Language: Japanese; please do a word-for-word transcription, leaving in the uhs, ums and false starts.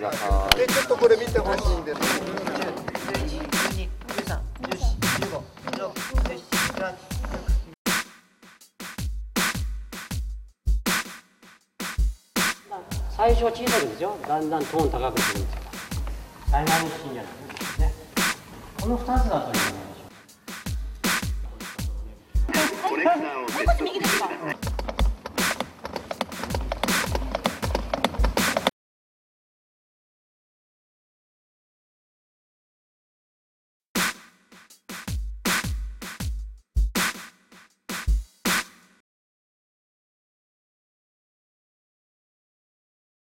ださい。で、ちょっとこれ見てほしいんです。 最初は小さいんですよ。だんだんトーン高くするんですよ。ダイナミックシンじゃないですね。このふたつだというね。